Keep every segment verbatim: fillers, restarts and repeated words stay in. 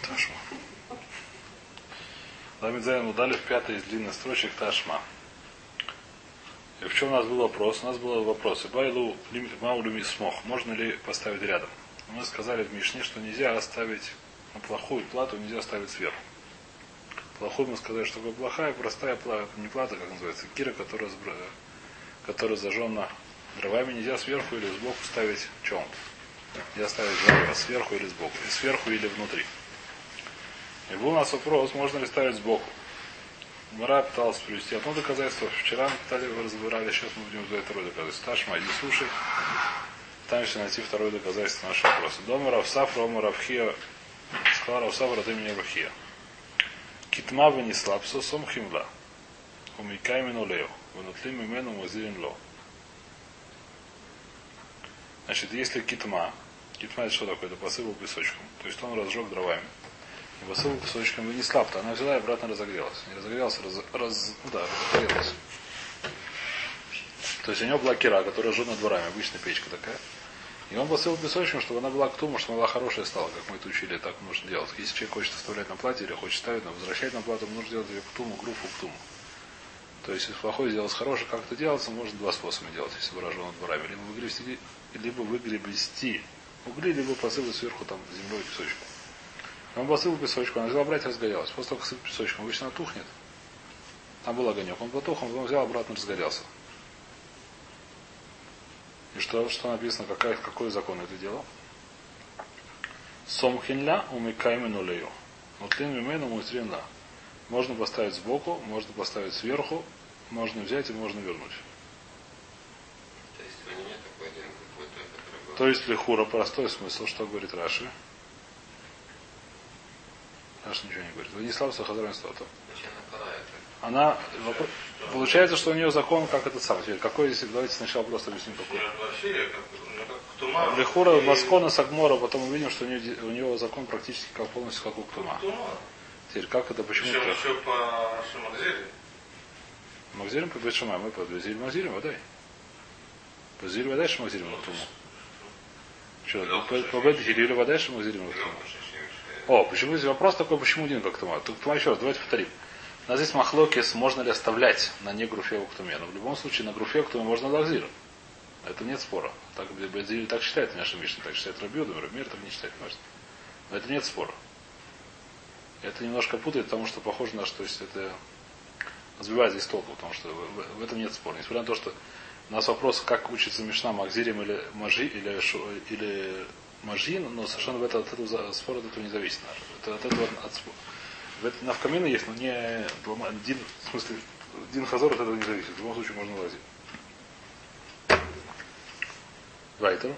Ташма. Ламидзайн удали в пятой из длинных строчек Ташма. И в чем у нас был вопрос? У нас был вопрос. Байлу маулю смох. Можно ли поставить рядом? Мы сказали в Мишне, что нельзя оставить ну, плохую плату, нельзя ставить сверху. Плохую мы сказали, что такое плохая, простая плата, не плата, как называется, кира, которая, которая зажжена дровами, нельзя сверху или сбоку ставить чем-то. Нельзя ставить дрова сверху или сбоку. И сверху или внутри. И был у нас вопрос, можно ли ставить сбоку. Мара пытался привести одно доказательство. Вчера мы пытались, вы разбирали, сейчас мы будем взять второе доказательство. Ташма, иди слушай. Пытаемся найти второе доказательство нашего вопроса. Дома Равсаф, Рома Равхия, сказал Равсаф, род имени Равхия. Китма вынесла псо сом химла. Умикай мину лео. Вынутлим имену мазирин ло. Значит, если китма, китма это что такое? Это посыпал песочком. То есть он разжег дровами. И посыпал песочком вынесла, то она взяла и обратно разогрелась. Не разогрелась, раз, раз, ну да, разогрелась. То есть у него была кира, которая разжжена дворами, обычная печка такая. И он посыпал песочком, чтобы она была к тому, чтобы она была хорошая стала, как мы это учили, так нужно делать. Если человек хочет оставлять на платье или хочет ставить, но возвращать на плату, нужно делать ее к туму, груфу к туму. То есть, если плохой сделать хороший, как это делается, можно два способа делать, если выражено дворами. Либо выгребсти, либо выгребсти угли, либо посыпать сверху там землей и песочком. Он посыпал песочком, она взяла брать и разгорелась. После того, как сыпать песочком, обычно она тухнет. Там был огонек. Он потух, он потом взял, обратно разгорелся. И что, что написано, какая, какой закон это дело? Сомхинля умикайми нулею. Утлин мимену мутринла. Можно поставить сбоку, можно поставить сверху, можно взять и можно вернуть. То есть у меня такой один какой-то, который был. То есть лихура, простой смысл, что говорит Раши. Раши ничего не говорит. Вынесла Сахадран Стото. Она, вопрос, получается, что у нее закон, как этот самый. Теперь, какой здесь, давайте сначала просто объясним, какой. Лихура, Маскона, Сагмора, потом увидим, что у нее, у него закон практически как полностью как у Ктума. Теперь, как это, почему? Причем еще по Шамагзире. Магзирим по Бешамай, мы по Зиль Магзирим, водай. По Зиль водай Шамагзирим в Ктуму. Что, по Бешамай водай Шамагзирим в Ктуму. О, почему здесь вопрос такой, почему один как Ктума? Ктума еще раз, давайте повторим. У нас здесь махлокис, можно ли оставлять на не груфе в Ктуме. Но в любом случае на груфе в Ктуме можно лахзир. Это нет спора. Так, так считает наша Мишна, так считает Рабиуда, Рабмир так не считает может. Но это нет спора. Это немножко путает, потому что похоже на что, есть это сбивает здесь толку, потому что в, в этом нет спора. Несмотря на то, что у нас вопрос, как учится Мишна Махзирим или Мажи, или, или Мажин, но совершенно в это, от этого спора от этого не зависит. Это, от этого от спора. Навкамина есть, но не Дин, в смысле, Дин Хазор от этого не зависит. В любом случае можно лазить. Вайтер.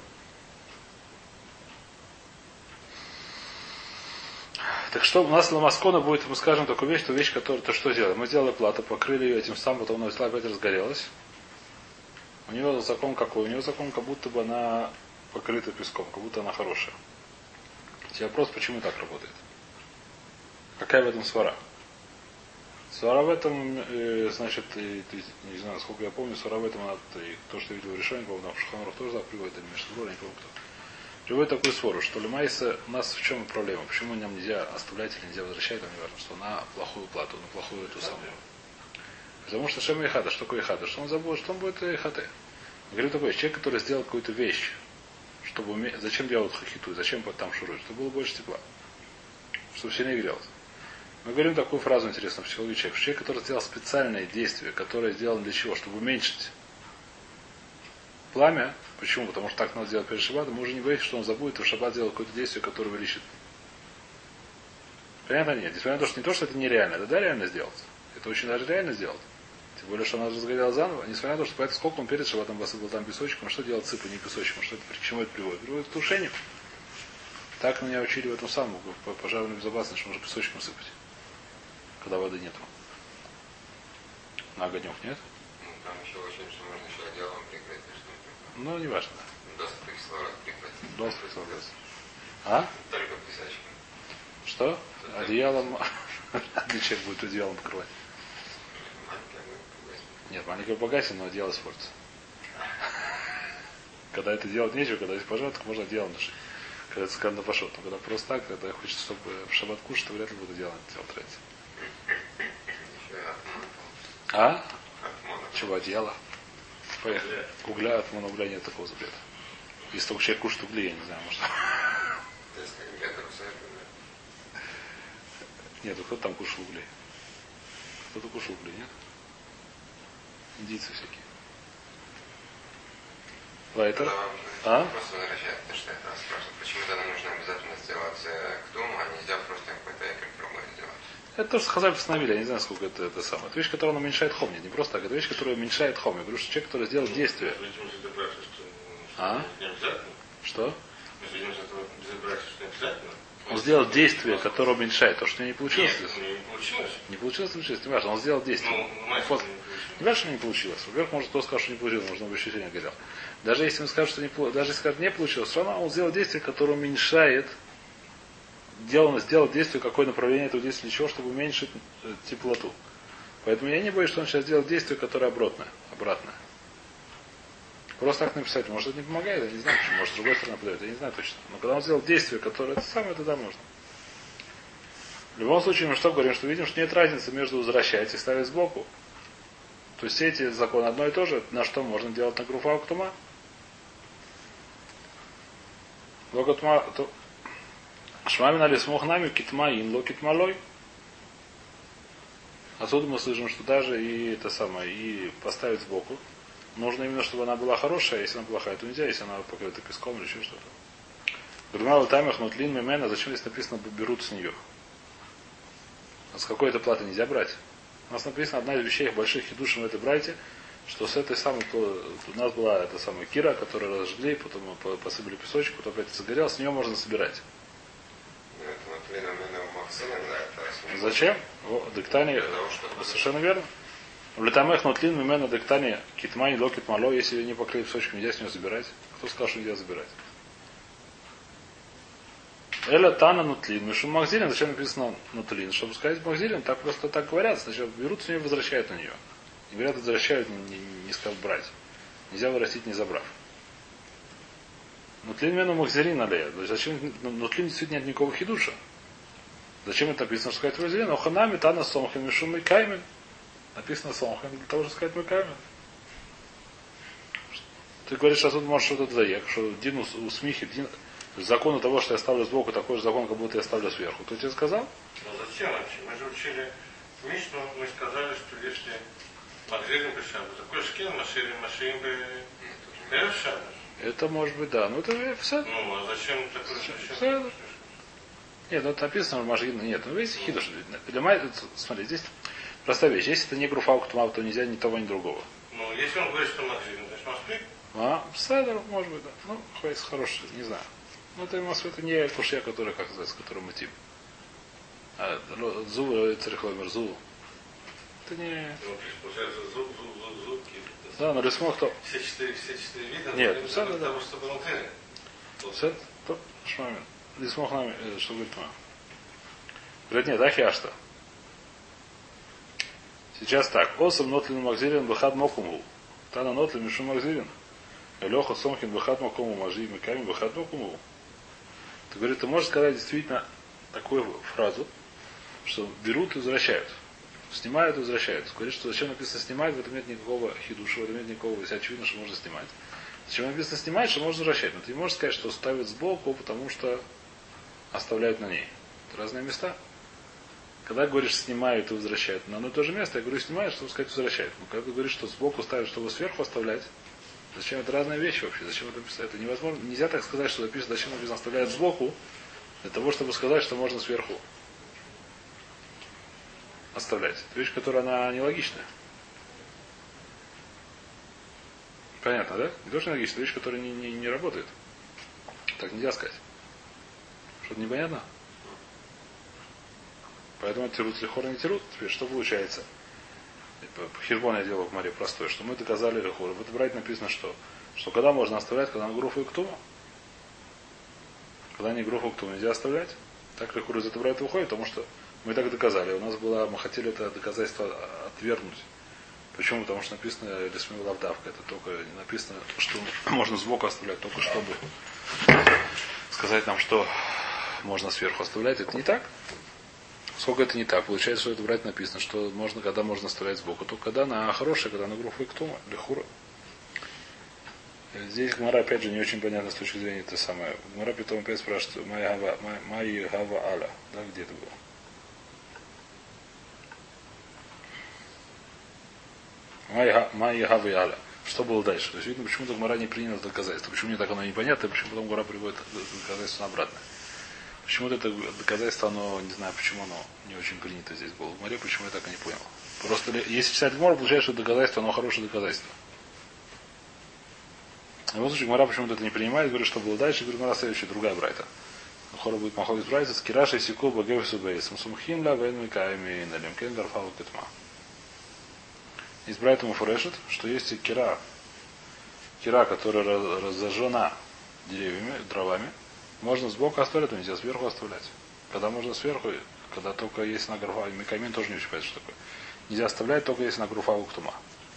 Так что у нас Ламаскона будет, мы скажем такую вещь, ту вещь, которую, то что сделали? Мы сделали плату, покрыли ее этим самым, потом она взяла, опять разгорелась. У нее закон какой? У нее закон, как будто бы она покрыта песком, как будто она хорошая. Теперь вопрос, почему так работает? Какая в этом свара? Свара в этом, э, значит, и, не знаю, сколько я помню, свара в этом, она, и то, что я видел в решении, по-моему, в Шуханрах тоже так приводит, или Мишнабур, я не помню кто. Приводит такую свору, что Лемайса, у нас в чем проблема? Почему нам нельзя оставлять или нельзя возвращать, нам не важно, что на плохую плату, на плохую эту самую. Потому что Шема Ихада, что такое Ихада? Что он забудет, что он будет Ихате. Мы говорим такой, человек, который сделал какую-то вещь, чтобы уметь, зачем делают хахиту, зачем там шуруют, чтобы было больше тепла, чтобы сильнее грелось. Мы говорим такую фразу интересную в психологии человека. Человек, который сделал специальное действие, которое сделано для чего? Чтобы уменьшить пламя. Почему? Потому что так надо делать перед шаббатом. Мы уже не боимся, что он забудет, и в шаббат делал какое-то действие, которое увеличит. Понятно? Нет. Несмотря на то, что не то, что это нереально. Это да, реально сделать. Это очень даже реально сделать. Тем более, что она разгорела заново. Несмотря на то, что поэтому сколько он перед шаббатом посыпал там песочком. А что делать сыпа, не песочком? Что это, к чему это приводит? Приводит к тушению. Так меня учили в этом самом, по пожарной безопасности, что нужно песочком сыпать. Когда воды нету. На огонек нет? Ну, там еще очень, что можно еще одеялом прикрыть, что-то. Ну, не важно. Доска кислород прекратить. Доска кислород. А? Только песочком. Что? Только одеялом. Где человек будет одеялом покрывать? Нет, маленький погасим, но одеяло испортится. Когда это делать нечего, когда есть пожар, так можно одеялом дышать. Когда это сказано пошел. Но когда просто так, когда хочется, чтобы в шаббат кушать, то вряд ли буду делать, делать третий. А? Чего одеяло? Поехали. Угля от монугля нет такого запрета. Если только человек кушает угли, я не знаю, может. Нет, кто там кушал угли? Кто-то кушал угли, нет? Индийцы всякие. Вайтер? А? Просто возвращается, что это спрашивает. Почему тогда нужно обязательно сделать к дому, а нельзя просто какой-то экр другой сделать? Это то, что Хазаль постановили, я не знаю, сколько это, это самое. Это вещь, которая уменьшает хом. Нет, не просто так, это вещь, которая уменьшает хом. Я говорю, что человек, который сделал действие. А? Что? Он сделал действие, которое уменьшает. То, что не получилось. Нет, не получилось. Не получилось, случилось. Не важно, он сделал действие. Ну, Поз... Не важно, что не получилось. Во-первых, может, кто скажет, что не получилось, можно бы ощущение говорил. Даже если он скажет, что не, даже если скажет, не получилось, все равно он сделал действие, которое уменьшает. Делал, сделал действие, какое направление этого действия, для чего, чтобы уменьшить э, теплоту. Поэтому я не боюсь, что он сейчас делает действие, которое обратное. обратное. Просто так написать, может, это не помогает, я не знаю, почему, может, с другой стороны подает, я не знаю точно. Но когда он сделал действие, которое это самое, тогда можно. В любом случае, мы что говорим, что видим, что нет разницы между возвращать и ставить сбоку. То есть все эти законы одно и то же, на что можно делать на груфа ктума. Логотма, то Шмамина лисмох нами китма ин ло китмалой. Отсюда мы слышим, что даже и это самое, и поставить сбоку. Нужно именно, чтобы она была хорошая, если она плохая, то нельзя, если она покрыта песком или еще что-то. Гурмал таймах нутлин мимена, зачем здесь написано берут с нее? А с какой-то платы нельзя брать. У нас написано одна из вещей больших хидушин в этой брайте, что с этой самой, у нас была эта самая кира, которую разожгли, потом мы посыпали песочек, потом опять загорел, с нее можно собирать. Зачем? Диктани, совершенно верно. В летамех нотлин мимена диктани китмани до китмало, если не покрыли песочком, нельзя с нее забирать. Кто сказал, что нельзя забирать? Эля тана нутлин. Мишум махзилин, зачем написано нутлин? Чтобы сказать махзилин, так просто так говорят. Сначала берут с нее и возвращают на нее. И говорят, возвращают, не, не, не сказав брать. Нельзя вырастить, не забрав. Нутлин мену махзилин алея. Зачем нутлин действительно нет никакого хидуша? Зачем это написано, что сказать вазелин? Оханами тана сомхин мишум и каймен. Написано сомхин для того, чтобы сказать мы каймен. Ты говоришь, что тут можешь что-то заехать, что Дин у смихи, Дин, закону того, что я ставлю сбоку, такой же закон, как будто я ставлю сверху. Кто тебе сказал? Ну зачем вообще? Мы же учили Мишну, мы сказали, что если Махзирим пришел, такой шкин, Маширим, Маширим бы Першан. Это может быть, да. Ну это все. Ну, а зачем такой шкин? Нет, ну это написано, Маширим, нет. Ну видите, хидуш. Для май, смотри, здесь простая вещь. Если это не груфал ктума, то нельзя ни того, ни другого. Ну, если он говорит, что Махзирим, значит Маспик? А, Седер, может быть, да. Ну, хвейс хороший, не знаю. Ну, это Москва, это не кушья, который, как называется, который мы тип. А, зу, царихломер, зу. Это не... Ну, получается, зуб, зуб, зуб, зубки. Да, но лесмох то... Все четыре, все четыре вида. Нет, все, да, да. Того, что было ты. Все, то, шмамин. Лесмох нами, что говорит тма. Говорит, нет, ахиашта. Сейчас так. Осам нотлин макзилин бахад мокуму. Тана нотлин мишум макзилин. Леха сомхин бахад мокуму мажи миками бахад мокуму. Ты говоришь, ты можешь сказать действительно такую фразу, что берут и возвращают. Снимают и возвращают. Говорит, что зачем написано снимать, в этом нет никакого хидуша, в этом нет никакого, если очевидно, что можно снимать. Зачем написано снимать, что можно возвращать. Но ты не можешь сказать, что ставят сбоку, потому что оставляют на ней. Это разные места. Когда говоришь снимают и возвращают на одно и то же место, я говорю снимают, чтобы сказать возвращают. Но когда ты говоришь, что сбоку ставят, чтобы сверху оставлять, зачем это разные вещи вообще? Зачем это писать? Это невозможно. Нельзя так сказать, что написано, зачем написано оставляют сбоку, для того, чтобы сказать, что можно сверху оставлять. Это вещь, которая она нелогичная. Понятно, да? Не то, что нелогичная, это вещь, которая не, не, не работает. Так нельзя сказать. Что-то непонятно? Поэтому тирут лихор не тирут. Теперь что получается? Хижбон я делал в море простое, что мы доказали лихор. В этой брать написано, что, что когда можно оставлять, когда на груфу и ктуму. Когда не груфу и ктуму нельзя оставлять. Так лихор из этой брать выходит, потому что мы так доказали. У нас было, мы хотели это доказательство отвергнуть. Почему? Потому что написано лесми лавдавка. Это только не написано, что можно сбоку оставлять, только чтобы сказать нам, что можно сверху оставлять. Это не так. Сколько это не так? Получается, что это брать написано, что можно, когда можно оставлять сбоку. Только когда на хорошие, когда на груфу и ктума, или хура. Здесь Гмара, опять же, не очень понятно с точки зрения это самое. Гмара потом опять спрашивает, Майи Гава Аля. Да, где это было? Майи Гава Аля. Что было дальше? То есть, видно, почему-то Гмара не приняла доказательство. Почему мне так оно непонятно, и почему потом Гмара приводит доказательство обратно. Почему-то это доказательство, оно, не знаю, почему оно не очень принято здесь было в Гмаре, почему я так и не понял. Просто, если читать Гмару, получается, что доказательство, оно хорошее доказательство. В любом случае, Гмара почему-то это не принимает, говорит, что было дальше, говорит, Гмара следующая, другая брайта. Хора будет маховис брайта, с кирашей сику багевису бейсом, сумхим ля вен микаями налим кен гарфаву кетма. Из брайта муфурешит, что есть кира, кира, которая разожжена деревьями, дровами, можно сбоку оставлять, но нельзя сверху оставлять. Когда можно сверху, когда только есть на гарфаву, микамин тоже не очень понятно, что такое. Нельзя оставлять, только если на гарфаву ктума.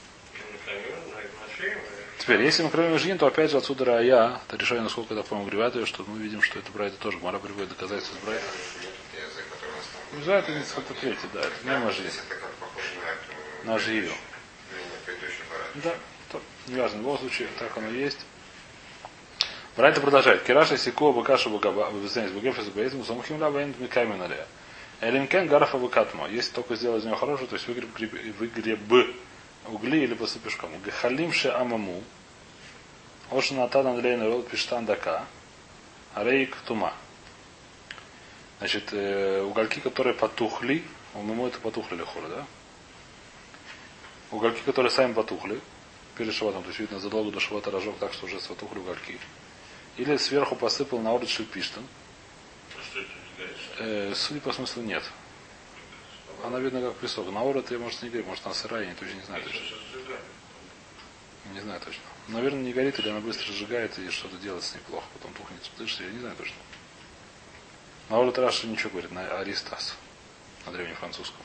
Теперь, если мы кроме жин, то опять же отсюда рая, это решение, насколько это по-моему гриватую, что мы видим, что это брайта тоже. Гмара приводит доказательства из брайта. Не знаю, это не сколько третий, да, это не мажи. На жию. Да, то, неважно, в любом случае, так оно есть. Брайта продолжает. Кираша сико бакаша багаба, выбесенец багефес багаизм, самхим ла вейн микаймен алия. Элимкен гарфа выкатма. Если только сделать из него хорошее, то есть выгреб угли или посыпешь кому. Гахалимше амаму. Ошанатан Андрейна род пиштан дака. Арейк тума. Значит, э, угольки, которые потухли, умому это потухли лихора, да? Угольки, которые сами потухли перед шаватом, то есть видно задолго до шавата рожок, так что уже потухли угольки. Или сверху посыпал на орд шельпиштан. Э, судя по смыслу, нет. Она видно как песок. На орд я, может, не горит, может, она сырая, я точно не знаю точно. Не знаю точно. Наверное, не горит, или она быстро сжигает и что-то делает с ней плохо, потом тухнет, дышит, я не знаю точно. На орд Раша ничего говорит, на Аристас, на древнефранцузском.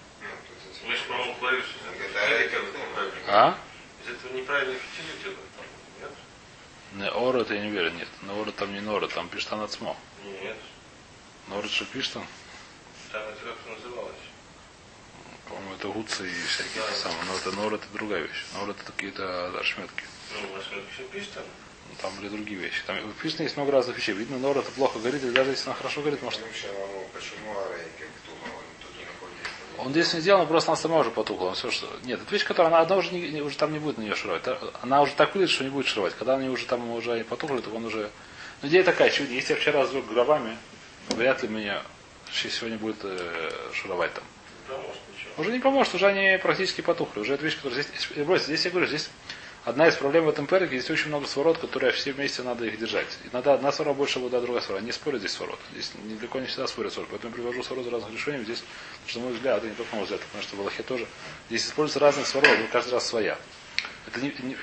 А? Из этого неправильно фитиль делают, нет? Не, ород я не верю, нет. На ород там не нород, там пиштан ацмо. Нет. Нород что пиштан? Там это как называлось? По-моему, это гуцы и всякие да, самые. Но это нород это другая вещь. Нород это какие-то ошметки. Ну, ошметки все пиштан. Ну, там были другие вещи. Там в пиштане есть много разных вещей. Видно, нород это плохо горит, или даже если она хорошо горит, может. Почему арейка ктума? Он тут не находится. Он здесь не сделан, просто она сама уже потухла. Он все, что... Нет, это вещь, которая она одна уже, не, уже там не будет на нее шаровать. Она уже так выглядит, что не будет шаровать. Когда они уже там уже потухли, то он уже. Но идея такая, очевидно, если я вчера сжег гробами, вряд ли меня сегодня будет э, шаровать там. Уже не поможет, уже они практически потухли. Уже это вещь, которая здесь. Брось, здесь я говорю, здесь одна из проблем в этом переке, здесь очень много сворот, которые все вместе надо их держать. Иногда одна свора больше вода, другая свора. Они спорят здесь сворот. Здесь далеко не всегда спорят сворот. Поэтому я привожу сворот разных решений. Здесь, что на мой взгляд, это не только на мой взгляд, потому что в Аллахе тоже. Здесь используются разные свороты, но каждый раз своя. Это не. не...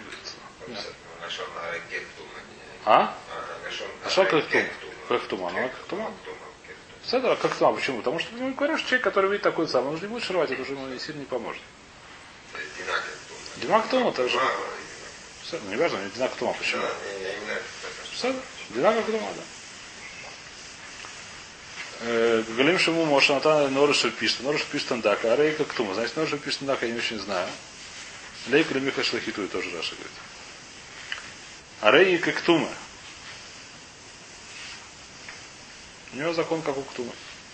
А? А что как тума? Как тума? Ну как тума? Седра, как тума? Почему? Потому что мы говорим, что человек, который видит такой самый, он же не будет шарвать, это уже ему сильно не поможет. Динак тума также. Ну, не важно, динак тума, почему? Седра? Динак тума, да. Галим шему моша натана норыша пишет. Норыша пишет андака, а рейка ктума. Значит, норыша пишет андака, я не очень знаю. Лейка лемиха шлахитует, тоже Раша говорит. А рейка ктума. У него закон как у ктумы.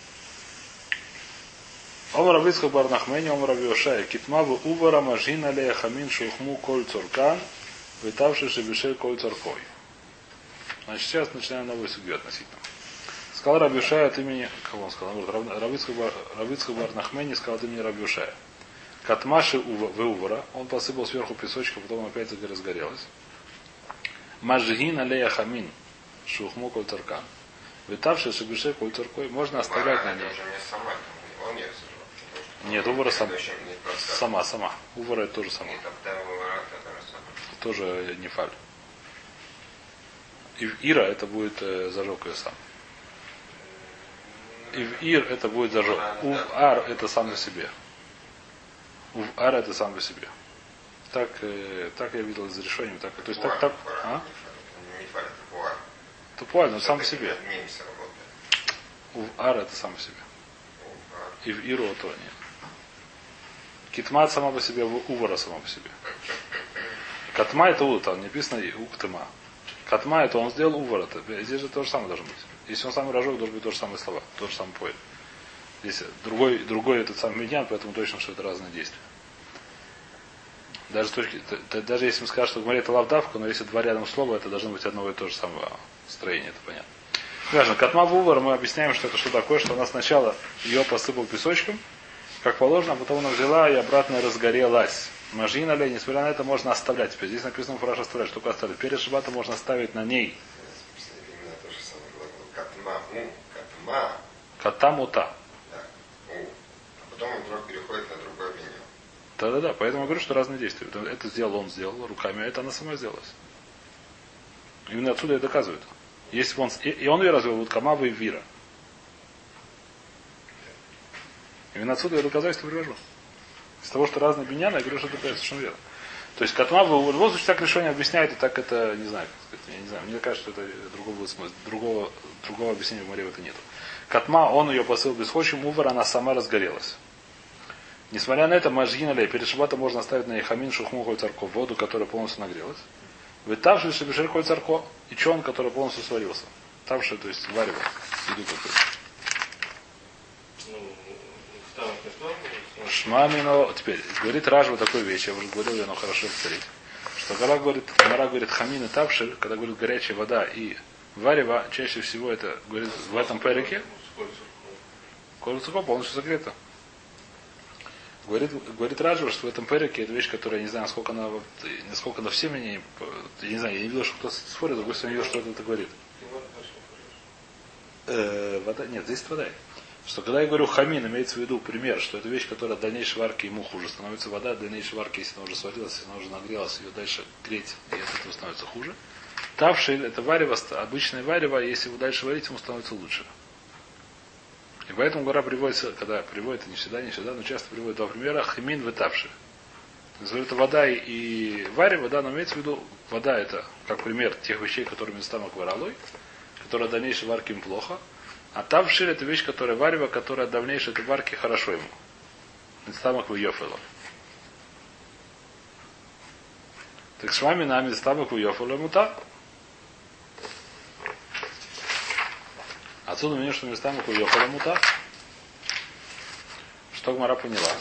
Омар Авицхак Барнахмени, Омар Авиошая, Китмавы Увара Мажина Лея Хамин Шухму Коль Цоркан, вытавший Шебишель Коль Цоркой. Значит, сейчас начинаем новую судью относительно. Сказал Рабиушая от имени, кого он сказал? Равицхак Барнахмени сказал от имени Рабиушая. Катмаши Увара, он посыпал сверху песочка, потом опять разгорелось. Мажина Лея Хамин Шухму Коль Цоркан. Вытавший шебешек коль цоркой, можно оставлять на ней. Нет, увара сам, сама, сама. Увара это тоже сама. Тоже не фаль. И в Ира это будет э, зажег ее сам. И в Ир это будет зажег. Ув Ар это сам по себе. Ув Ар это сам по себе. Так, э, так я видел из решения. Так, то есть так, так. А? Это правильно, сам по себе. Немцы работают. У ар это сам по себе. У, а, И в иру то нет. Китма сама по себе, увара сама по себе. Катма это у, там не написано уктыма. Катма это он сделал увара. Здесь же то же самое должно быть. Если он самый рожок, должен быть то же самое слова, то же самое поэт. Здесь другой, другой этот самый медиан, поэтому точно, что это разные действия. Даже, с точки, даже если мы скажем, что говорит это лавдавка, но если два рядом слова, это должно быть одно и то же самое строение, это понятно. Важно, катма вувар, мы объясняем, что это что такое, что она сначала ее посыпал песочком, как положено, а потом она взяла и обратно разгорелась. Мажина ли, несмотря на это, можно оставлять. Теперь здесь написано фураж оставлять. Что такое оставлять? Перед шабатом можно оставить на ней. именно то же самое глагол. Катма, у, катма. Катамута. Да, у. А потом он вдруг переходит на другое меню. Да-да-да. Поэтому я говорю, что разные действия. Это сделал он, сделал руками, а это она сама сделалась. Именно отсюда и доказывает. Если он, и он ее развел, вот камава и вира. Именно отсюда я доказательство привожу. Из того, что разные биньяны, я говорю, что это совершенно верно. То есть Катма в любом случае так решение объясняет, и так это, не знаю, как сказать, я не знаю, мне кажется, что это другого будет смысла, другого, другого объяснения в море это нет. Катма, он ее посыл бесхочем, увар, она сама разгорелась. Несмотря на это, мажгина лей, перед шабатом можно оставить на ихамин шухму холь царко, воду, которая полностью нагрелась. Вытавший шабишель холь царко, и чон, который полностью сварился. Тавший, то есть варево, еду какую-то. Шмамино, теперь, говорит Ражва такую вещь, я уже говорил, я но хорошо повторить. Что когда говорит, Мара говорит хамин и тавши, когда говорит горячая вода и варево, чаще всего это говорит в этом переке. Колцуко полностью закрыто. Говорит, говорит Ражва, что в этом переке это вещь, которая, я не знаю, насколько она, насколько она всем не, я не знаю, я не видел, что кто-то спорит, но я не видел, что это говорит. Э, вода, нет, здесь вода. Что когда я говорю хамин, имеется в виду пример, что это вещь, которая от дальнейшей варки ему хуже становится вода, от дальнейшей варки, если она уже сварилась, если она уже нагрелась, ее дальше греть, и от этого становится хуже. Тавшиль, это варево, обычное варево, если его дальше варить, ему становится лучше. И поэтому гора приводится, когда приводит, не всегда, не всегда, но часто приводит два примера, хамин в тавши. То есть это вода и варево, да, но имеется в виду, вода это как пример тех вещей, которыми местами варалой, которые от дальнейшей варки им плохо. А тавшиль это вещь, которая варево, которая от давнейшей этой варки хорошо ему. Мецтамах в йофело. Так с вами на мецтамах в йофело мута. Отсюда мне, что мецтамах в йофело мута. Что Гмара поняла?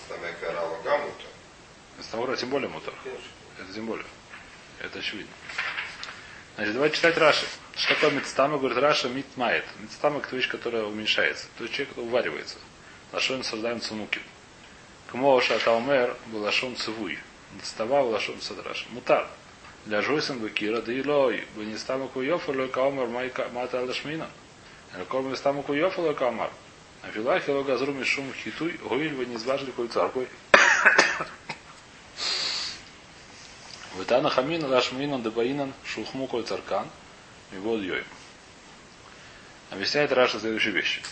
Мецтамах тем более мутар. Это тем более. Это очевидно. Значит, давайте читать Раши. Что такое мицтама? Говорит Раша митмает. Мицтама это вещь, которая уменьшается. То есть человек уваривается. Лашон создаем цунуки. Кмоша таумер был лашон цивуй. Мицтава лашон садраш. Мутар. Для жойсен бекира да илой. Бы не стама куйофа лой каумер мата лашмина. Ком не стама куйофа лой каумар. Афилахи ло газру мишум хитуй. Гоиль вы не зважили кой царкой. Витана хамина лашминан дебаинан шухму коль царкан. И вот йой. Объясняет Раша следующую вещь.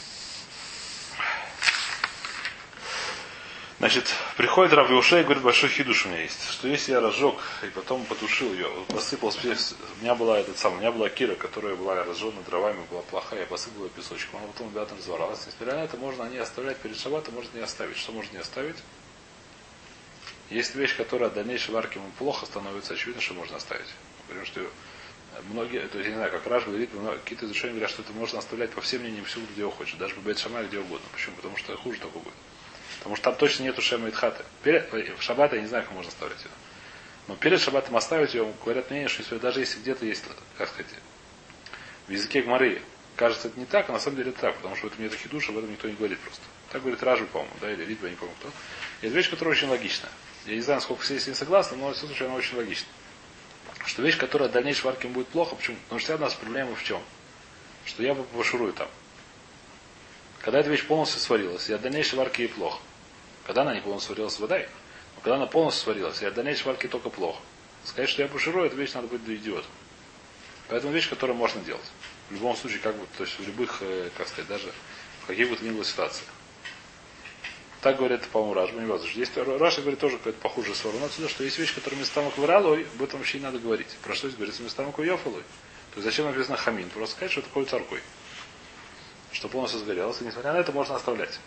Значит, приходит Рав Йошуа и говорит, большой хидуш у меня есть. Что если я разжег и потом потушил ее, посыпал, у меня была этот самый, у меня была кира, которая была разжжена дровами, была плохая, я посыпал ее песочком, она потом ребята разворалась. Несмотря на это, можно не оставлять перед шаббатом, можно не оставить. Что можно не оставить? Есть вещь, которая от дальнейшей варки ему плохо становится, очевидно, что можно оставить. Говорим, что многие, то есть я не знаю, как Раш говорит, какие-то изучения говорят, что это можно оставлять по всем мнениям всюду, где хочешь, даже по Бейт Шамай, где угодно. Почему? Потому что хуже только будет. Потому что там точно нету Шема и Тхаты. Перед, в шаббат я не знаю, как можно оставлять ее. Но перед шаббатом оставить ее, говорят мнение, что если, даже если где-то есть, как сказать, в языке Гмары, кажется, это не так, а на самом деле это так, потому что в этом нет хидуша, об этом никто не говорит просто. Так говорит Ражи, по-моему, да, или Ритба, я не помню кто. И это вещь, которая очень логичная. Я не знаю, сколько все с ней согласны, но в этом случае она очень логична. Что вещь, которая от дальнейшей варки будет плохо, почему? Потому что у нас проблема в чем? Что я пошурую там. Когда эта вещь полностью сварилась, и от дальнейшей варки ей плохо. Когда она не полностью сварилась с водой, но когда она полностью сварилась, и от дальнейшей варки только плохо. Сказать, что я пошурую, эту вещь надо быть до идиота. Поэтому вещь, которую можно делать. В любом случае, как бы, то есть в любых, как сказать, даже в каких бы то ни было ситуациях. Так говорит, по-моему, Рашба, не важно. Здесь Раша говорит тоже какая-то похожая сторона отсюда, что есть вещь, которая местамок выралой, об этом вообще не надо говорить. Про что здесь говорится местамок уёфалой? То есть зачем написано хамин? Просто сказать, что это такое царкой. Что полностью сгорелось, и несмотря на это можно оставлять.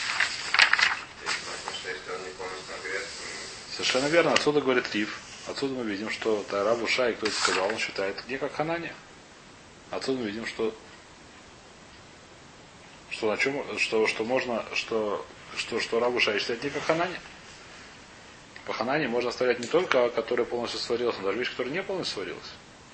Совершенно верно. Отсюда говорит Риф. Отсюда мы видим, что Рабу Шай, кто это сказал, он считает не как Ханане. Отсюда мы видим, что что на чем, что, что можно, что, что, что Рабу Шай считает не как Ханане. По Ханане можно оставлять не только, которая полностью сварилась, но даже вещь, которая не полностью сварилась.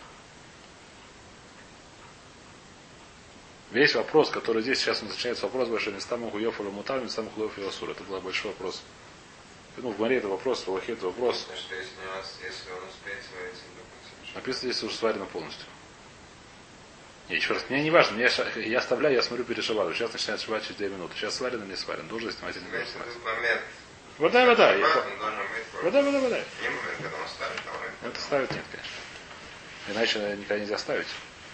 Весь вопрос, который здесь сейчас начинается вопрос большой, местам Хуйоф или Мутар, местам Хуйоф или Асур. Это был большой вопрос. Ну, в Маре это вопрос, в Аллахе это вопрос. Что если, если он успеет свариться, допустим, написано здесь уже сварено полностью. Не, еще раз, мне не важно, мне, я оставляю, я смотрю перед шаббатом. Сейчас начинает шаббат через две минуты. Сейчас сварено или не сварено. Должен снимать или не должен снимать. момент. Вода, вода. Вода, вода, вода, вода. Не момент, когда он ставит, давай. Это ставить нет, конечно. Иначе никогда нельзя ставить.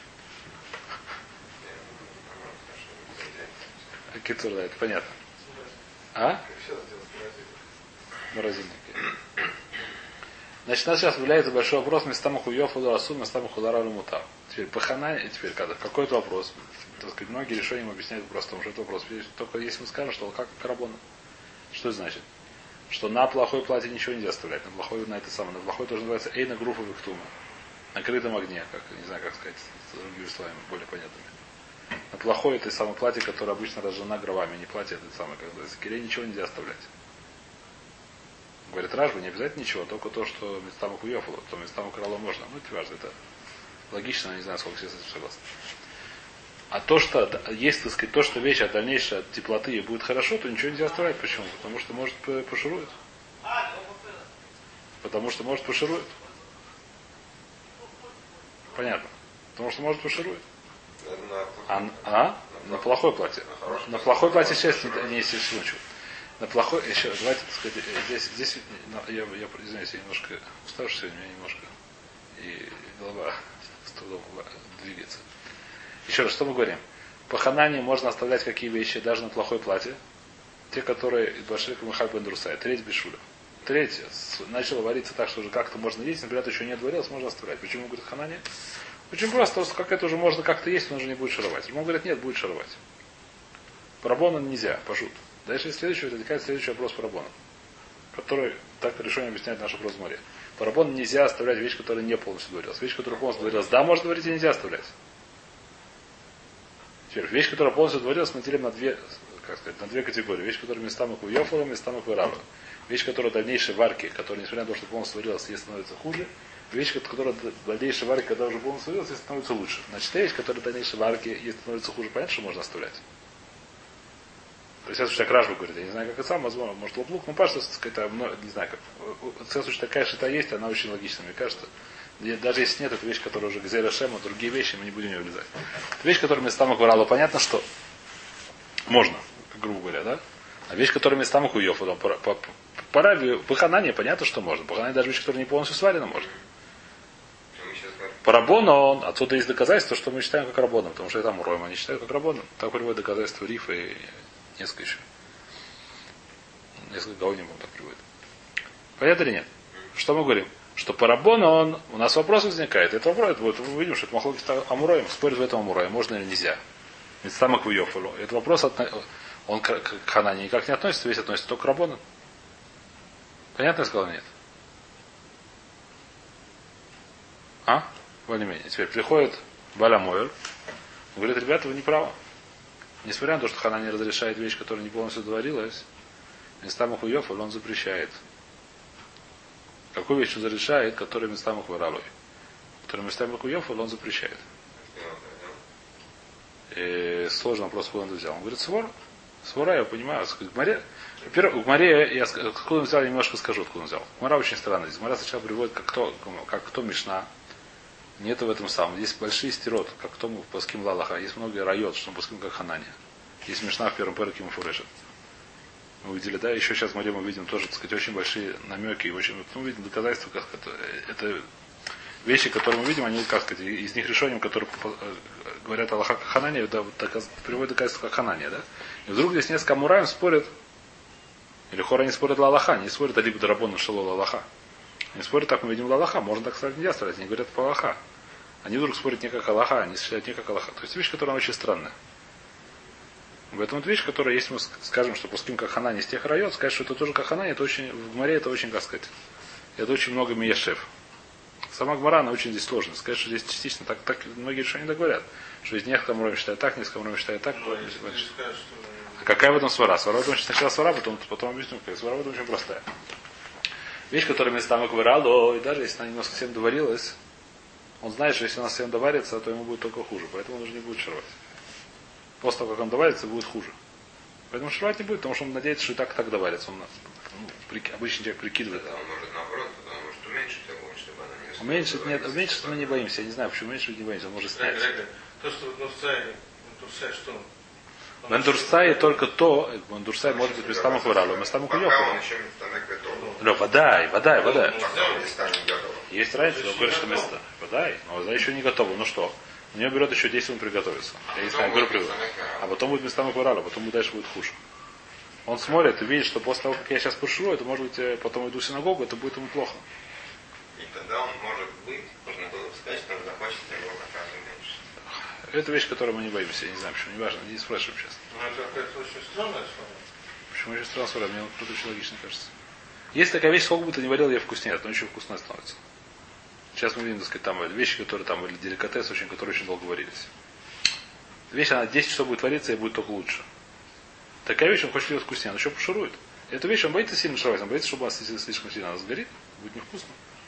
Китур, да, это понятно. А? Морозильник. Значит, у нас сейчас появляется большой вопрос местам хуйов и асу, местам худара мутав. Теперь по ханане, теперь когда какой-то вопрос, так сказать, многие решения объясняют просто, потому что это вопрос. Только если мы скажем, что как карабон, что это значит? Что на плохой платье ничего нельзя оставлять, на плохой на это самое, на плохой тоже называется эйна груфа виктума, на крытом огне, как не знаю как сказать, с другими словами более понятными. На плохое это самое платье, которое обычно разжжено гробами, не платье, это самое, когда за кирей ничего нельзя оставлять. Говорит Рашба, не обязательно ничего, только то, что местам хуёфало, то местам крало можно. Ну, это важно, это логично, но не знаю, сколько все с этим согласны. А то, что есть, так сказать, то, что вещь от дальнейшей от теплоты будет хорошо, то ничего нельзя оставлять. Почему? Потому что может поширует. Потому что может поширует. Понятно. Потому что может поширует. А, а? На плохое платье. На плохое платье сейчас не, не если случай. На плохой, еще, давайте, так сказать, здесь, здесь, я, я, извиняюсь, я немножко уставший сегодня, у меня немножко, и голова с трудом двигается. Еще раз, что мы говорим? По ханане можно оставлять какие вещи, даже на плохое платье. Те, которые Башек Махаль бен Друсай, треть бешуля. Третье, начало вариться так, что уже как-то можно есть, например, это еще не отварилось, можно оставлять. Почему говорит ханане? Очень просто, потому что как это уже можно как-то есть, он уже не будет шаровать. Он говорит, нет, будет шаровать. По рабону нельзя, пошут. Дальше следующий, возникает следующий вопрос по рабону, который так решение объясняет наш вопрос в море. По рабону нельзя оставлять вещь, которая не полностью дворилась. Вещь, которая полностью дворилась, да, может дворить, и нельзя оставлять. Теперь, вещь, которая полностью дворилась, мы делим на две, как сказать, на две категории. Вещь, которая местам их уёфала, местам их вырава. Вещь, которая дальнейшей варки, которая, несмотря на то, что полностью дворилась, ей становится хуже. Вещь, которая дальнейшей варки, когда уже полностью дворилась, ей становится лучше. Значит, вещь, которая дальнейшей варки, ей становится хуже, понятно, что можно оставлять. То есть, это так Рашба говорит, я не знаю, как это сам, возможно, может лук, но кажется, сказать, не знаю, как. Целая такая шита есть, она очень логична, мне кажется. Даже если нет, это вещь, которая уже Гзера Шема, другие вещи, мы не будем ее влезать. Это вещь, которая местам вырала, понятно, что можно, грубо говоря, да? А вещь, которая местам хуев, потом по, по, по раве, по ханане, понятно, что можно. По ханане даже вещь, которая не полностью сварена, можно. По рабону, отсюда есть доказательство, что мы считаем как рабоном, потому что это амуроем, они считают как рабоном. Так приводит доказательство Рифа и несколько еще. Несколько гаоним он так приводит. Понятно или нет? Что мы говорим? Что по рабону он, у нас вопрос возникает. Это вопрос, вот, мы видим, что это махлоки амуроем, спорит в этом амуроем, можно или нельзя. Ведь самых вьёфалу. Это вопрос, от, он к, к ханане никак не относится, весь относится только к рабону. Понятно я сказал, нет? А? Более-менее. Теперь приходит Баля Мойер, говорит, ребята, вы не правы. Несмотря на то, что хана не разрешает вещь, которая не полностью доварилась, местам хуев, он запрещает. Какую вещь он разрешает, которая местам их выралой? Которая местам хуев, он запрещает. И сложный вопрос, откуда он это взял. Он говорит, свор. Свора, я понимаю. В Гмаре, во-первых, в Гмаре, я откуда он взял, я немножко скажу, откуда он взял. Гмара очень странно. Здесь Гмара сначала приводит, как кто, как кто Мишна. Нету в этом самом. Есть большие стерот, как кто мы в Паским Лалаха. Есть много райот, что мы Паским как Ханане. Есть Мишна в первом перке Муфурешет. Мы увидели, да, еще сейчас мы видим тоже, так сказать, очень большие намеки. И очень, мы видим доказательства, как это, это вещи, которые мы видим, они, как сказать, из них решением, которые говорят Аллаха как Ханане, да, доказ, приводят доказательства как Ханане, да. И вдруг здесь несколько амураем спорят, или хора не спорят Лалаха, не спорят Алиб Дарабон Шалол Аллаха. Не спорят, так мы видим Лалаха, можно так сказать, нельзя сказать, они говорят по Аллаха. Они вдруг спорят не как Аллаха, они считают не как Аллаха. То есть вещь, которая очень странная. Поэтому это вещь, которая, если мы скажем, что пуским как хана не с тех районов, сказать, что это тоже как хана, это очень, в Гмаре это очень, как сказать, это очень много мияшев. Сама Гмара, она очень здесь сложная. Сказать, что здесь частично, так, так многие решения не говорят. Что из некоторых уровней считают так, несколько уровней считают так. Но если ты скажешь, что... А какая в этом свара? Свара в этом сначала свара, потом, потом объясню, как свара в этом очень простая. Вещь, которая места мы вырало, и даже если она немножко совсем доварилась, он знает, что если она совсем доварится, то ему будет только хуже. Поэтому он уже не будет шарвать. После того, как он доварится, будет хуже. Поэтому шарвать не будет, потому что он надеется, что и так и так доварится. Он, ну, при, обычный человек прикидывает. Он может наоборот, он может уменьшить его, чтобы она не Уменьшить нет, уменьшить мы не боимся. Я не знаю, почему уменьшить не боимся. Он может снять. То, что в Нурсае, Нурсае что? В Андурсае только то, в Андурсае может быть местам Ахуралу, местам Ахуйофу. Да, вода, вода, вода. Есть разница, но говорит, что место. Вода, но вода еще не готова. Ну что? У нее берет еще десять минут приготовиться. Я не знаю, беру приготовиться. А потом будет местам Ахуралу, потом дальше будет хуже. Он смотрит и видит, что после того, как я сейчас пошуру, это может быть, потом иду в синагогу, это будет ему плохо. И тогда он может быть, можно было бы сказать, что он захочет его как раз уменьшить. Это вещь, которой мы не боимся. Я не знаю, почему. Не важно. Не спрашиваем сейчас. Ну, это какая-то очень странная свара. Почему очень странная свара? Мне вот очень логично кажется. Есть такая вещь, сколько бы ты ни варил, ее вкуснее, но еще вкусно становится. Сейчас мы видим, так сказать, там вещи, которые там, или деликатес, очень, которые очень долго варились. Вещь, она десять часов будет вариться и будет только лучше. Такая вещь, он хочет ее вкуснее, он еще пошурует. Эту вещь он боится сильно шаровать, он боится, чтобы она слишком сильно она сгорит, будет невкусно.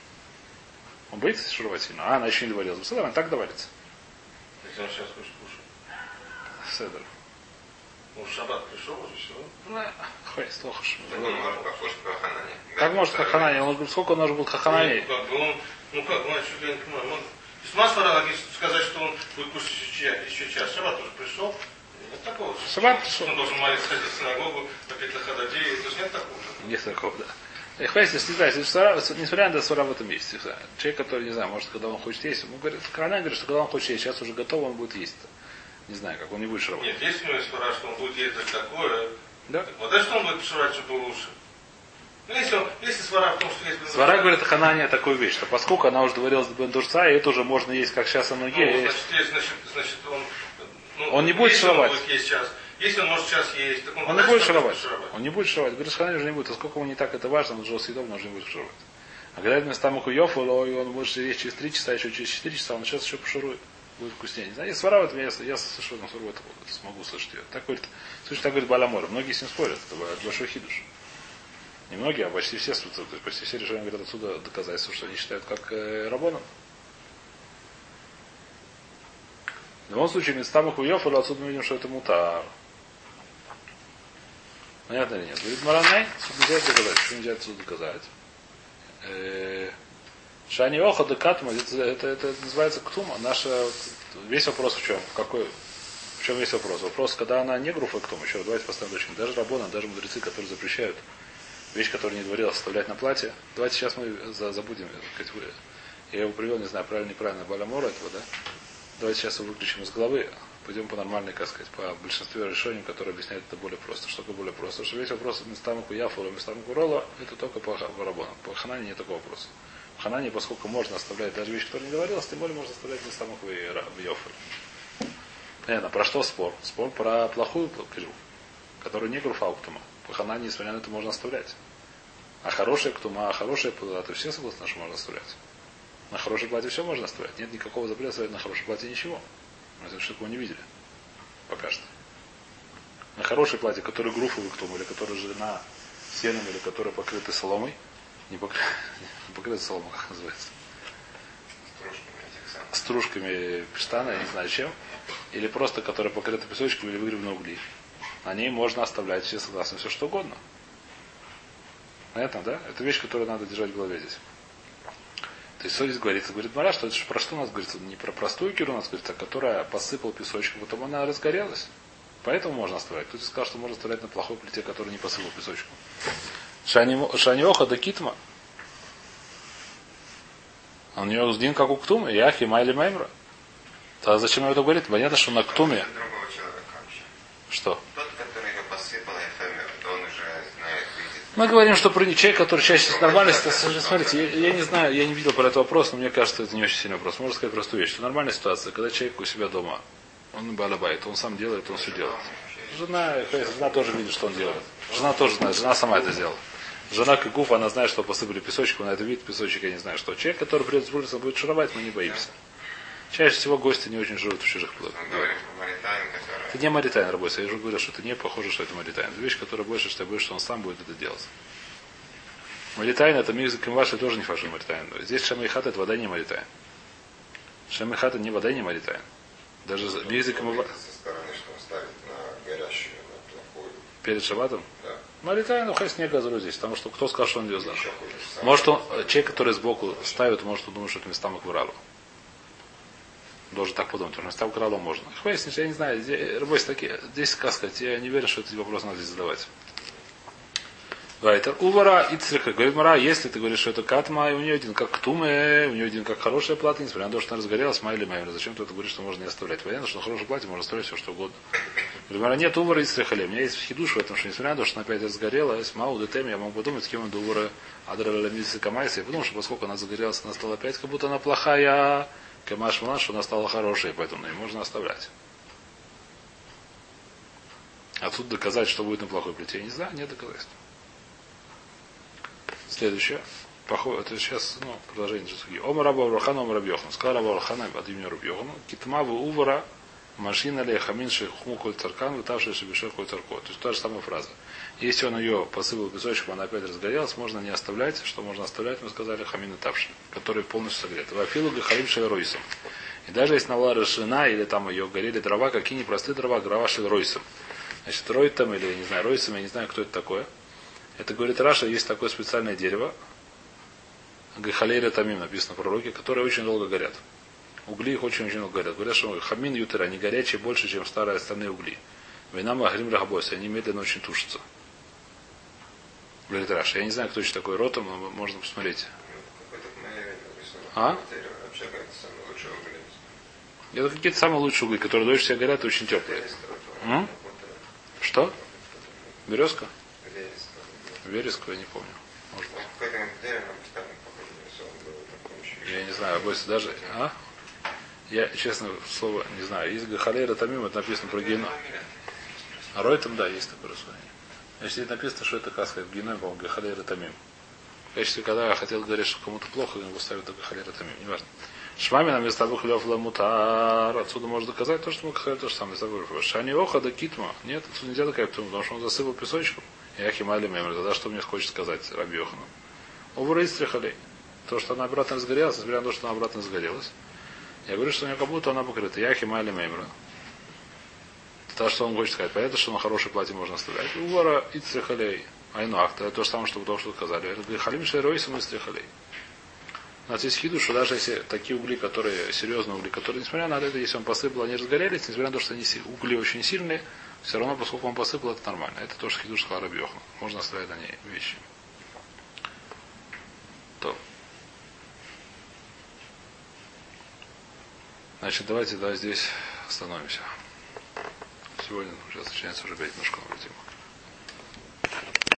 Он боится шаровать сильно. А, она еще не доварилась. Седер, она так доварится. Если он сейчас хочет кушать. Седер. Ну, шаббат пришел уже, все. Хой, слухаешь. Он может покушать по ханане. Как может хаханане? Он говорит, сколько он должен был хаханане? Ну, как бы он, ну как, ну, что я не понимаю. Он, из Масфара логично сказать, что он будет кушать еще, еще час. Шаббат уже пришел. Нет такого. Шаббат пришел. Он должен молиться, ходить в синагогу, попить лохададей. Это же нет такого. Нет такого, да. Хватит, если знаете, несмотря на свара в этом месте. Человек, который, не знаю, может, когда он хочет есть, он говорит, Коран говорит, что когда он хочет есть, сейчас уже готово, он будет есть. Не знаю, как он не будет шаровать. Нет, есть у него свара, что он будет есть так такое. Да? Вот это что он будет шаровать, чтобы было лучше. Ну, если, он, если свара в том, что есть... Свара говорит, ханания такую вещь, что поскольку она уже доварилась до бендурца, и это уже можно есть, как сейчас оно ну, есть. значит, есть, значит, значит, он... Ну, он не будет если шаровать. Он будет есть сейчас, если он может сейчас есть, так он... Он не будет шаровать. Он не будет шаровать. Говорит, ханания уже не будет. А сколько ему не так это важно, он уже съедобно, он уже не будет шаровать. А когда это места Махуйов, он может есть через три часа, еще через четыре часа, он сейчас еще пошурует. Будет вкуснее. Не знаю, если свара в этом, я, я совершенно свару это смогу слышать ее. Так говорит, слушай, так говорит Баламор. Многие с ним спорят. Это большой хидуш. Не многие, а почти все, то есть почти все решения говорят отсюда доказательства, что они считают как э, рабоном. В любом случае, Мецтам и Хуйов, или отсюда мы видим, что это мутар. Понятно или нет? Говорит Маранай, отсюда нельзя это доказать. Что нельзя отсюда доказать? Э, Шани Оха де Катма, это, это, это называется Ктума. Наша, весь вопрос в чем? В какой? В чем весь вопрос? Вопрос, когда она не груфа Ктума, еще давайте поставим точно. Даже рабона, даже мудрецы, которые запрещают вещь, которую не дворилось оставлять на платье. Давайте сейчас мы забудем. Я его привел, не знаю, правильно, неправильно, Баламора этого, да? Давайте сейчас его выключим из головы. Пойдем по нормальной, как сказать, по большинству решений, которые объясняют это более просто. Что такое более просто? Потому что весь вопрос Местамаку Яфура, Местамаку Рола, это только по Рабонам. По Ханане нет такого вопроса. В Ханане, поскольку можно оставлять даже вещь, которая не говорилась, тем более можно оставлять Местамаку и Яфура. Понятно, про что спор? Спор про плохую кижу, которую не груфауктума. По Ханане, несмотря на это, можно оставлять. А хорошая ктума, а хорошая платье, все согласны, что можно оставлять. На хорошее платье все можно оставлять. Нет никакого запрета оставлять на хорошее платье ничего. Мы это что такого не видели. Пока что. На хорошее платье, которое груфовый ктум, или которое жена сеном, или которое покрыто соломой. Не покрыто, не покрыто соломой, как называется. Стружками пештана, я не знаю чем. Или просто, которая покрыта песочком или выгребной угли. На ней можно оставлять, все согласны, все что угодно. Понятно, да? Это вещь, которую надо держать в голове здесь. То есть совесть говорится, говорит Мара, что это про что у нас говорится? Не про простую киру у нас говорится, которая посыпала песочком, потом она разгорелась. Поэтому можно оставлять. Кто-то сказал, что можно оставлять на плохой плите, которая не посыпала песочком. Шаниоха да китма. А у нее сдин как у ктума, яхи, майли, маймра. Тогда зачем я это говорит? Понятно, что на ктуме. Что? Тот, который ее посыпал, он уже знает, видит. Мы говорим, что про человек, который чаще всего нормальный, смотрите, я, я не знаю, я не видел про этот вопрос, но мне кажется, это не очень сильный вопрос. Можно сказать простую вещь, что нормальная ситуация, когда человек у себя дома, он балабайт, он сам делает, он все делает. Жена, жена тоже видит, что он делает. Жена тоже знает, жена сама это сделала. Жена Кагуф, она знает, что посыпали песочек, она это видит, песочек, я не знаю, что. Человек, который придет с улицы, будет шаровать, мы не боимся. Чаще всего гости не очень живут в чужих плодах. Это не маритайн работа. Я уже говорил, что это не похоже, что это маритайн. Это вещь, которая больше, что я боюсь, что он сам будет это делать. Маритайн это мизик ваши тоже не фашин маритайн. Здесь шамайхат это вода не маритайн. Шамайхат не вода не маритайн. Даже мизик со стороны, что он ставит на горящую, на плохую. Перед шабатом? Да. Маритайн, ну хай снег газру здесь, потому что кто сказал, что он делает? Может он, человек, который сбоку ставит, может он думает, что это места Макваралу. Должен так подумать, потому что места Макваралу можно. Хвастнешь, я не знаю, здесь, рабочие такие, здесь сказать, я не верю, что эти вопросы надо здесь задавать. Вайтер. Увара и цриха. Говорит Мара, если ты говоришь, что это катма, и у нее один как ктуме, у нее один как хорошая плата, несмотря на то, что она разгорелась, майли майли. Зачем ты это говоришь, что можно не оставлять? Понятно, что на хорошей плате можно оставлять все, что угодно. Говорит Мара, нет увара и црихале. У меня есть хидуш в этом, что несмотря на то, что она опять разгорелась, мау детем, я могу подумать, с кем он до увара адралямисы камайса. Я подумал, что поскольку она загорелась, она стала опять, как будто она плохая, камаш мана, что она стала хорошей, поэтому ее можно оставлять. Отсюда доказать, что будет на плохой плите, я не знаю, нет доказательств. Следующее. Похоже, это сейчас, ну, продолжение Джасуги. Ома раба Урахана, ома рабьехана. Сказал раба Урахана от имени Рабьехана. Китмавы увара, машина ли хамин шехму коль царкан, вытавший шебешер коль царко. То есть та же самая фраза. Если он ее посыпал песочком, она опять разгорелась, можно не оставлять. Что можно оставлять, мы сказали, хамин и тавший, который полностью согрет. Вафилу гахалим шелеройсом. И даже если она решена, или там ее горели дрова, какие не простые дрова, дрова шелеройсом. Значит, ройтом, или, не знаю, ройсом, я не знаю, кто это такое. Это, говорит Раша, есть такое специальное дерево, гахалейра тамим, написано в пророке, которые очень долго горят. Угли их очень-очень долго горят. Говорят, что хамин ютера, они горячие больше, чем старые остальные угли. Война махрим рахбойс, они медленно очень тушатся. Говорит Раша, я не знаю, кто еще такой ротом, но можно посмотреть. А? Это какие-то самые лучшие угли, которые дольше всех горят и очень теплые. М? Что? Березка? Вереску я не помню. Может быть. Я не знаю, бойся даже. А? Я, честно, слово не знаю. Из Гахалера Тамим это написано про геном. А Ройтом, да, есть такое рассуждение. Значит, здесь написано, что это каска в геном, по-моему, Гахалера Тамим. В качестве, когда я хотел говорить, что кому-то плохо, его ставят до Гахалера Тамим. Не важно. Шмамина вместо того хлёв ламутар. Отсюда можно доказать то, что мы говорили, то же самое. Шани оха да китма. Нет, отсюда нельзя доказать, потому что он засыпал песочком. Я химали мемри. Тогда что мне хочет сказать Раби Йохану? Увры стрихалей. То, что она обратно разгорелась, несмотря на то, что она обратно разгорелась. Я говорю, что у нее как будто она покрыта. Я химали мемри. То, что он хочет сказать. Понятно, что на хорошее платье можно оставлять. Увара и стрихалей. Айнуах. Это то же самое, что вы только что сказали. Это говорит, халим шейройсом и стрихалей. У нас есть хиду, что даже если такие угли, которые, серьезные угли, которые, несмотря на это, если он посыпал, они разгорелись, несмотря на то, что они угли очень сильные, все равно, поскольку он посыпал, это нормально. Это тоже хиду сказал Раби Йоханан. Можно оставлять на ней вещи. То. Значит, давайте, да, здесь остановимся. Сегодня, сейчас начинается уже пять немножко новая тема.